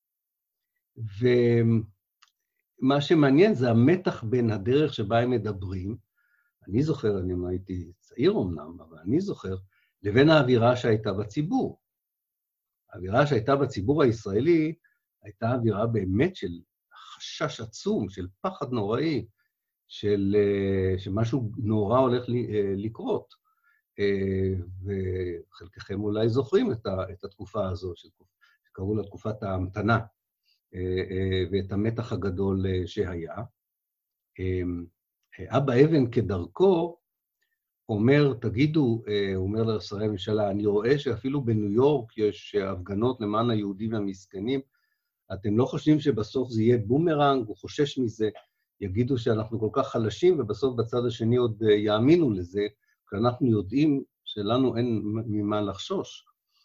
ומה שמעניין זה המתח בין הדרך שבה הם מדברים, אני זוכר, אני הייתי צעיר אמנם, אבל אני זוכר, לבין האווירה שהייתה בציבור. האווירה שהייתה בציבור הישראלי, הייתה אווירה באמת של חשש עצום, של פחד נוראי, של שמשהו נורא הולך לקרות. וחלקכם אולי זוכרים את התקופה הזו, שקראו לה תקופת ההמתנה, ואת המתח הגדול שהיה. אבא אבן כדרכו אומר, תגידו, הוא אומר לשרי הממשלה, אני רואה שאפילו בניו יורק יש הפגנות למען היהודים המסכנים, אתם לא חושבים שבסוף זה יהיה בומרנג, הוא חושש מזה, יגידו שאנחנו כל כך חלשים, ובסוף בצד השני עוד יאמינו לזה, כי אנחנו יודעים שלנו אין ממה לחשוש.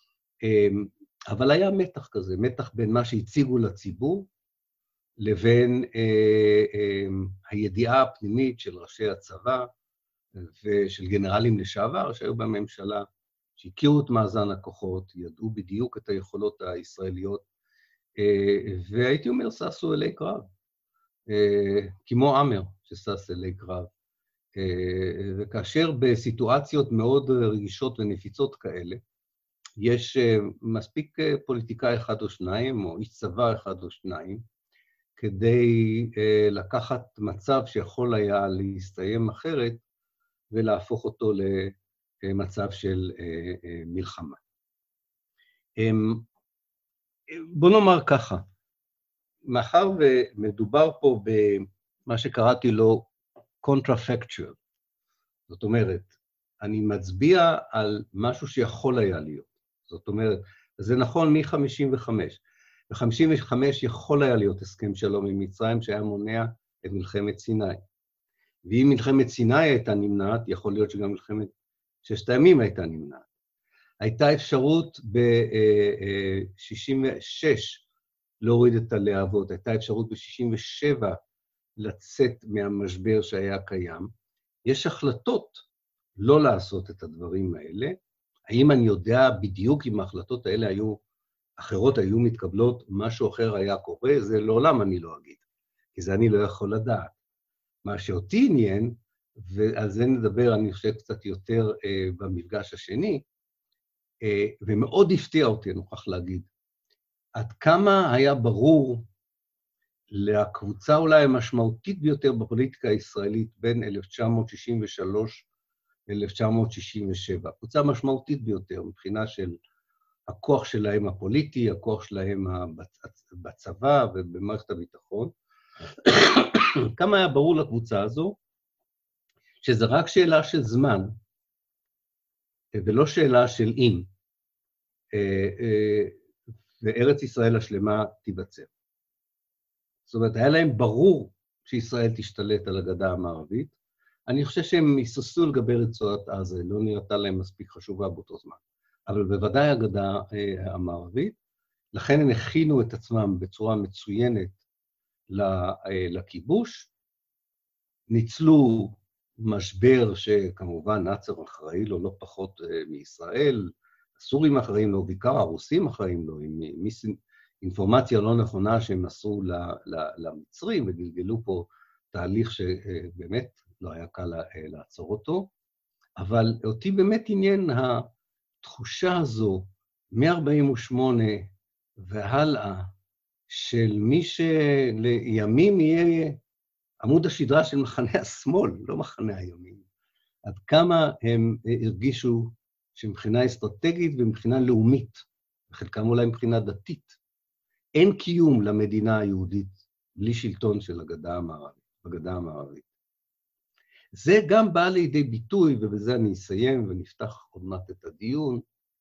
אבל היה מתח כזה, מתח בין מה שהציגו לציבור, לבין אה, אה, הידיעה הפנימית של ראשי הצבא ושל גנרלים לשעבר שהיו בממשלה, שהכירו את מאזן הכוחות, ידעו בדיוק את היכולות הישראליות, אה, והייתי אומר, ססו אלי קרב, אה, כמו אמר שסס אלי קרב. אה, וכאשר בסיטואציות מאוד רגישות ונפיצות כאלה, יש אה, מספיק פוליטיקאי אחד או שניים, או איש צבא אחד או שניים, כדי אה, לקחת מצב שיכול היה להסתיים אחרת, ולהפוך אותו למצב של אה, אה, מלחמה. אה, בוא נאמר ככה, מאחר ומדובר פה במה שקראתי לו קונטרפקטואל, זאת אומרת, אני מצביע על משהו שיכול היה להיות. זאת אומרת, זה נכון מ-חמישים וחמש. ב-חמישים וחמש יכול היה להיות הסכם שלום עם מצרים שהיה מונע את מלחמת סיני. ואם מלחמת סיני הייתה נמנעת, יכול להיות שגם מלחמת ששת הימים הייתה נמנעת. הייתה אפשרות ב-שישים ושש להוריד את הלהבות, הייתה אפשרות ב-שישים ושבע לצאת מהמשבר שהיה קיים. יש החלטות לא לעשות את הדברים האלה. האם אני יודע בדיוק אם ההחלטות האלה היו, אחרות היו מתקבלות, משהו אחר היה קורה, זה לעולם אני לא אגיד, כי זה אני לא יכול לדעת. מה שאותי עניין, ועל זה נדבר, אני חושב קצת יותר אה, במפגש השני, אה, ומאוד הפתיע אותי, אני מוכרח להגיד, עד כמה היה ברור לקבוצה אולי המשמעותית ביותר בפוליטיקה הישראלית בין אלף תשע מאות שישים ושלוש ל-אלף תשע מאות שישים ושבע. קבוצה משמעותית ביותר מבחינה של הכוח שלהם הפוליטי, הכוח שלהם בצבא ובמערכת הביטחון. כמה היה ברור לקבוצה הזו, שזה רק שאלה של זמן, ולא שאלה של אם, וארץ ישראל השלמה תיבצר. זאת אומרת, היה להם ברור שישראל תשתלט על הגדה המערבית. אני חושב שהם היססו לגבי רצועת עזה, לא נראתה להם מספיק חשובה באותו זמן. אבל בוודאי הגדה המערבית, לכן הם הכינו את עצמם בצורה מצוינת לכיבוש, ניצלו משבר שכמובן נאצר אחראי לו לא פחות מישראל, הסורים אחראים לו, בעיקר הרוסים אחראים לו, עם אינפורמציה לא נכונה שהם מסרו למצרים, וגלגלו פה תהליך שבאמת לא היה קל לעצור אותו, אבל אותי באמת עניין התחושה הזו, מ-ארבעים ושמונה והלאה, של מי שלימים יהיה עמוד השדרה של מחנה השמאל, לא מחנה הימין, עד כמה הם הרגישו שמבחינה אסטרטגית ומבחינה לאומית, וחלקם אולי מבחינה דתית, אין קיום למדינה היהודית בלי שלטון של הגדה המערבית, בגדה המערבית. זה גם בא לידי ביטוי, ובזה אני אסיים ונפתח עוד מעט את הדיון,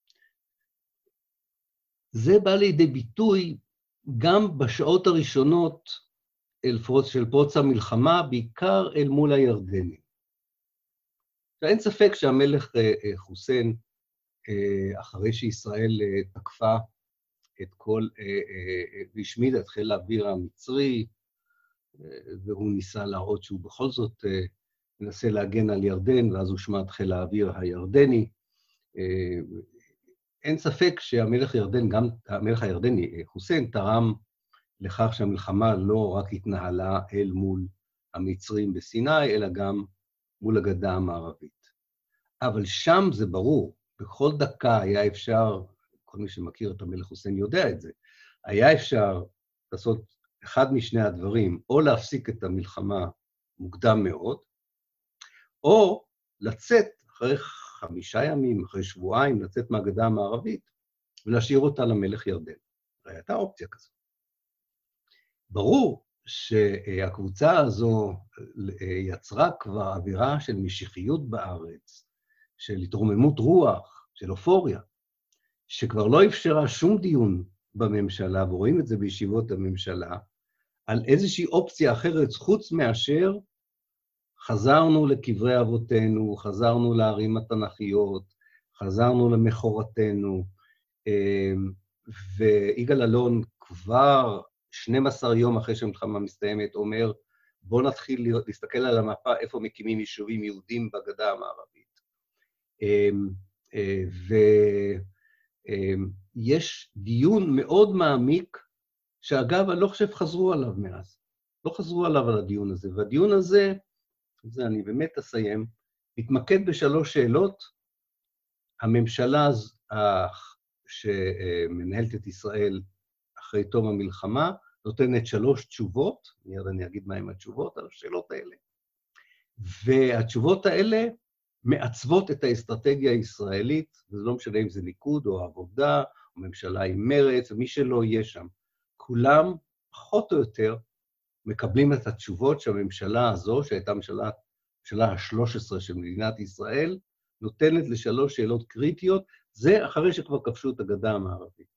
זה בא לידי ביטוי גם בשעות הראשונות של פרוץ המלחמה, בעיקר אל מול הירדנים. אין ספק שהמלך חוסיין, אחרי שישראל תקפה את כל, והשמידה את חיל האוויר המצרי, והוא ניסה להראות שהוא בכל זאת מנסה להגן על ירדן, ואז הושמד חיל האוויר הירדני. אין ספק שהמלך ירדן, גם המלך הירדני, חוסיין, תרם לכך שהמלחמה לא רק התנהלה אל מול המצרים בסיני, אלא גם מול הגדה המערבית. אבל שם זה ברור, בכל דקה היה אפשר, כל מי שמכיר את המלך חוסיין יודע את זה, היה אפשר לעשות אחד משני הדברים, או להפסיק את המלחמה מוקדם מאוד, או לצאת אחרי חמישה ימים, אחרי שבועיים, לצאת מהגדה המערבית, ולהשאיר אותה למלך ירדן. הייתה אופציה כזו. ברור שהקבוצה הזו יצרה כבר אווירה של משיחיות בארץ, של התרוממות רוח, של אופוריה, שכבר לא אפשרה שום דיון בממשלה, ורואים את זה בישיבות הממשלה, על איזושהי אופציה אחרת, חוץ מאשר חזרנו לקברי אבותינו, חזרנו לערים התנ"כיות, חזרנו למחורתנו, ויגאל אלון כבר שנים עשר יום אחרי שהמלחמה מסתיימת אומר, בואו נתחיל להסתכל על המפה איפה מקימים יישובים יהודים בגדה המערבית. ויש דיון מאוד מעמיק, שאגב, אני לא חושב חזרו עליו מאז. לא חזרו עליו על הדיון הזה, והדיון הזה, זה אני באמת אסיים, מתמקד בשלוש שאלות. הממשלה שמנהלת את ישראל אחרי תום המלחמה, נותנת שלוש תשובות, מיד אני אגיד מהם התשובות על השאלות האלה, והתשובות האלה מעצבות את האסטרטגיה הישראלית, וזה לא משנה אם זה ליכוד או עבודה, או ממשלה עם מרץ, ומי שלא יהיה שם. כולם, פחות או יותר, מקבלים את התשובות שהממשלה הזו, שהייתה ממשלה, ממשלה ה-שלוש עשרה של מדינת ישראל, נותנת לשלוש שאלות קריטיות, זה אחרי שכבר כבשו את הגדה המערבית.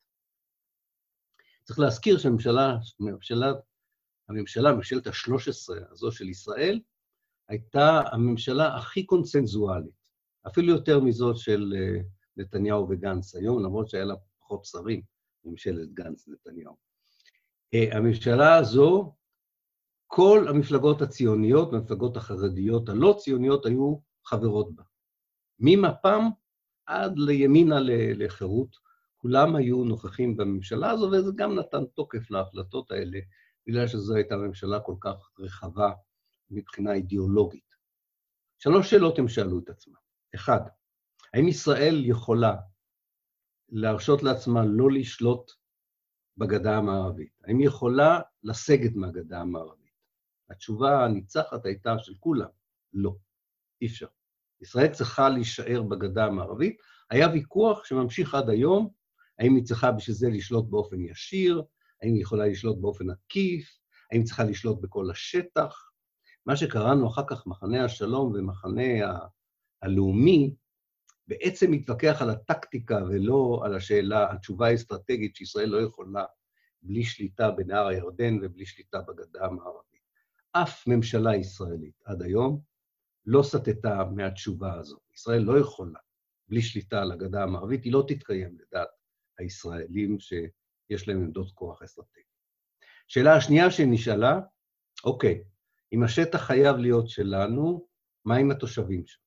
צריך להזכיר שהממשלה, הממשלה, הממשלה, ממשלת ה-שלוש עשרה הזו של ישראל, הייתה הממשלה הכי קונצנזואלית, אפילו יותר מזאת של נתניהו וגנץ היום, למרות שהיה לה פחות שרים, ממשלת גנץ-נתניהו. הממשלה הזו, כל המפלגות הציוניות, המפלגות החרדיות הלא ציוניות, היו חברות בה. ממפ"ם עד לימינה לחירות, כולם היו נוכחים בממשלה הזו, וזה גם נתן תוקף להחלטות האלה, בגלל שזו הייתה ממשלה כל כך רחבה מבחינה אידיאולוגית. שלוש שאלות הם שאלו את עצמם. אחד, האם ישראל יכולה להרשות לעצמה לא לשלוט בגדה המערבית? האם היא יכולה לסגת מהגדה המערבית? התשובה הניצחת הייתה של כולם, לא, אי אפשר. ישראל צריכה להישאר בגדה המערבית. היה ויכוח שממשיך עד היום, האם היא צריכה בשביל זה לשלוט באופן ישיר, האם היא יכולה לשלוט באופן עקיף, האם היא צריכה לשלוט בכל השטח. מה שקראנו אחר כך מחנה השלום ומחנה ה- הלאומי, בעצם מתווכח על הטקטיקה ולא על השאלה, התשובה האסטרטגית שישראל לא יכולה בלי שליטה בנהר הירדן ובלי שליטה בגדה המערבית. אף ממשלה ישראלית עד היום לא סטתה מהתשובה הזו. ישראל לא יכולה בלי שליטה על הגדה המערבית, היא לא תתקיים לדעת הישראלים שיש להם עמדות כוח אסטרטגית. שאלה השנייה שנשאלה, אוקיי, אם השטח חייב להיות שלנו, מה עם התושבים שם?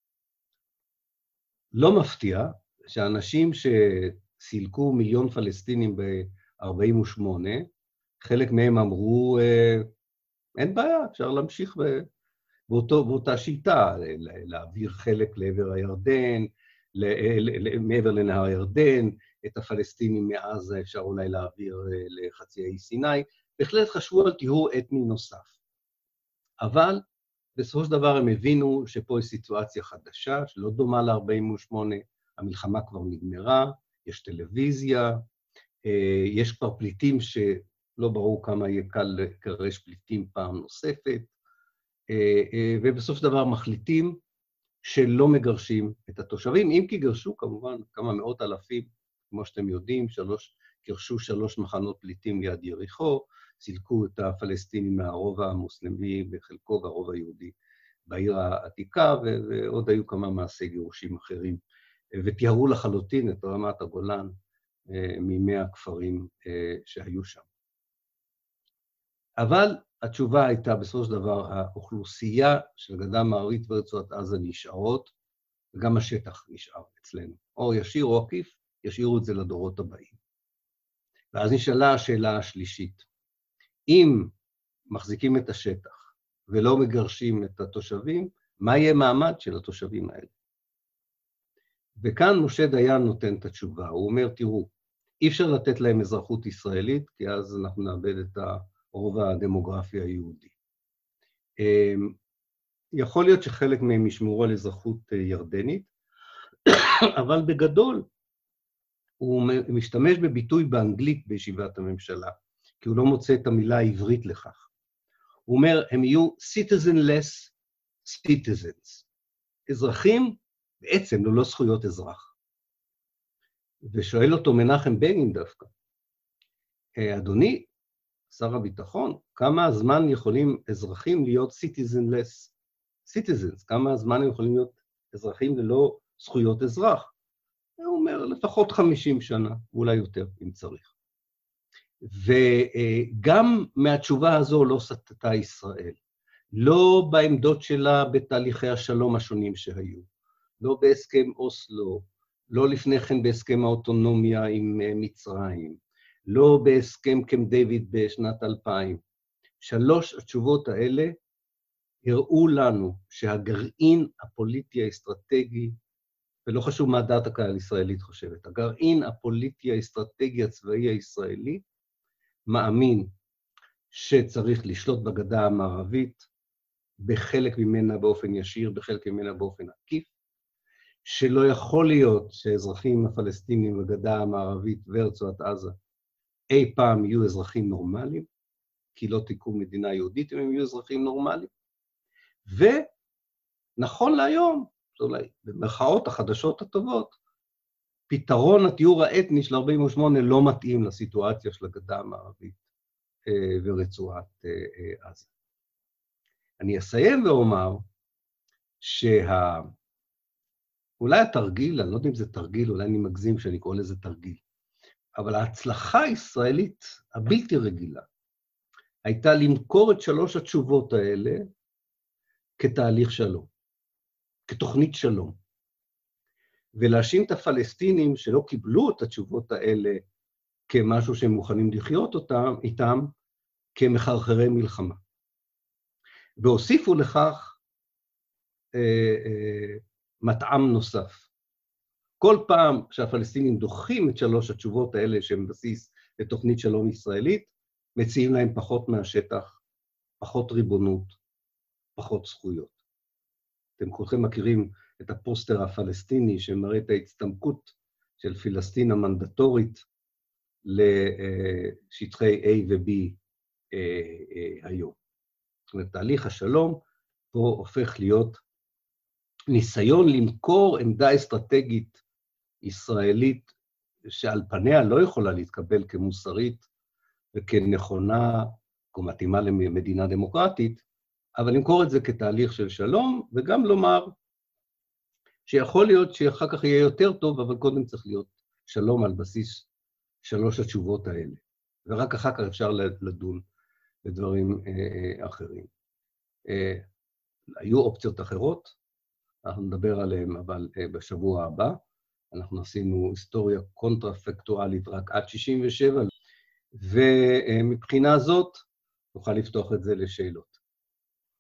לא מפתיע שאנשים שסילקו מיליון פלסטינים ב-ארבעים ושמונה, חלק מהם אמרו, אין בעיה, אפשר להמשיך באותו, באותה שיטה, להעביר חלק לעבר הירדן, מעבר לנהר הירדן, את הפלסטינים מעזה אפשר אולי להעביר לחצי האי סיני, בהחלט חשבו על טיהור אתני נוסף. אבל בסופו של דבר הם הבינו שפה יש סיטואציה חדשה, שלא דומה ל-ארבעים ושמונה, המלחמה כבר נגמרה, יש טלוויזיה, יש כבר פליטים שלא ברור כמה יהיה קל לקרש פליטים פעם נוספת, ובסוף של דבר מחליטים שלא מגרשים את התושבים, אם כי גרשו כמובן כמה מאות אלפים, כמו שאתם יודעים, שלוש, גרשו שלוש מחנות פליטים ליד יריחו, סילקו את הפלסטינים מהרובע המוסלמי בחלקו והרובע היהודי בעיר העתיקה, ועוד היו כמה מעשי גירושים אחרים, ותיארו לחלוטין את רמת הגולן מימי הכפרים שהיו שם. אבל התשובה הייתה בסופו של דבר, האוכלוסייה של הגדה המערבית ורצועת עזה נשארות, וגם השטח נשאר אצלנו. או ישיר או עקיף, ישאירו את זה לדורות הבאים. ואז נשאלה השאלה השלישית, אם מחזיקים את השטח ולא מגרשים את התושבים, מה יהיה מעמד של התושבים האלה? וכאן משה דיין נותן את התשובה, הוא אומר, תראו, אי אפשר לתת להם אזרחות ישראלית, כי אז אנחנו נאבד את הרוב הדמוגרפי היהודי. יכול להיות שחלק מהם ישמרו על אזרחות ירדנית, אבל בגדול הוא משתמש בביטוי באנגלית בישיבת הממשלה, כי הוא לא מוצא את המילה העברית לכך. הוא אומר, הם יהיו citizenless citizens. אזרחים בעצם ללא זכויות אזרח. ושואל אותו מנחם בגין דווקא, אדוני, שר הביטחון, כמה זמן יכולים אזרחים להיות citizenless? citizens, כמה זמן הם יכולים להיות אזרחים ללא זכויות אזרח? הוא אומר, לפחות חמישים שנה, אולי יותר, אם צריך. וגם מהתשובה הזו לא סטתה ישראל. לא בעמדות שלה בתהליכי השלום השונים שהיו, לא בהסכם אוסלו, לא לפני כן בהסכם האוטונומיה עם מצרים, לא בהסכם קמפ דיוויד בשנת אלפיים. שלוש התשובות האלה הראו לנו שהגרעין הפוליטי האסטרטגי, ולא חשוב מה דעת הקהל הישראלית חושבת, הגרעין הפוליטי האסטרטגי הצבאי הישראלי מאמין שצריך לשלוט בגדה המערבית, בחלק ממנה באופן ישיר, בחלק ממנה באופן עקיף, שלא יכול להיות שהאזרחים הפלסטינים בגדה המערבית ורצועת עזה אי פעם יהיו אזרחים נורמליים, כי לא תקום מדינה יהודית אם הם יהיו אזרחים נורמליים. ונכון להיום, אולי במרכאות החדשות הטובות, פתרון התיאור האתני של ארבעים ושמונה לא מתאים לסיטואציה של הגדה המערבית ורצועת עזה. אני אסיים ואומר שה... אולי התרגיל, אני לא יודע אם זה תרגיל, אולי אני מגזים שאני קורא לזה תרגיל, אבל ההצלחה הישראלית הבלתי רגילה הייתה למכור את שלוש התשובות האלה כתהליך שלום, כתוכנית שלום, ולהאשים את הפלסטינים שלא קיבלו את התשובות האלה כמשהו שהם מוכנים לחיות אותם, איתם כמחרחרי מלחמה. והוסיפו לכך אה, אה, מטעם נוסף. כל פעם שהפלסטינים דוחים את שלוש התשובות האלה שהן בסיס לתוכנית שלום ישראלית, מציעים להם פחות מהשטח, פחות ריבונות, פחות זכויות. אתם כולכם מכירים את הפוסטר הפלסטיני שמראה את ההצטמקות של פלסטין המנדטורית לשטחי A ו-B היום. זאת אומרת, תהליך השלום פה הופך להיות ניסיון למכור עמדה אסטרטגית ישראלית שעל פניה לא יכולה להתקבל כמוסרית וכנכונה, כמתאימה למדינה דמוקרטית, אבל למכור את זה כתהליך של שלום, וגם לומר שיכול להיות שאחר כך יהיה יותר טוב, אבל קודם צריך להיות שלום על בסיס שלוש התשובות האלה, ורק אחר כך אפשר לדון בדברים אחרים. היו אופציות אחרות, אנחנו נדבר עליהן, אבל בשבוע הבא, אנחנו עשינו היסטוריה קונטרפקטואלית רק עד שישים ושבע, ומבחינה זאת נוכל לפתוח את זה לשאלות.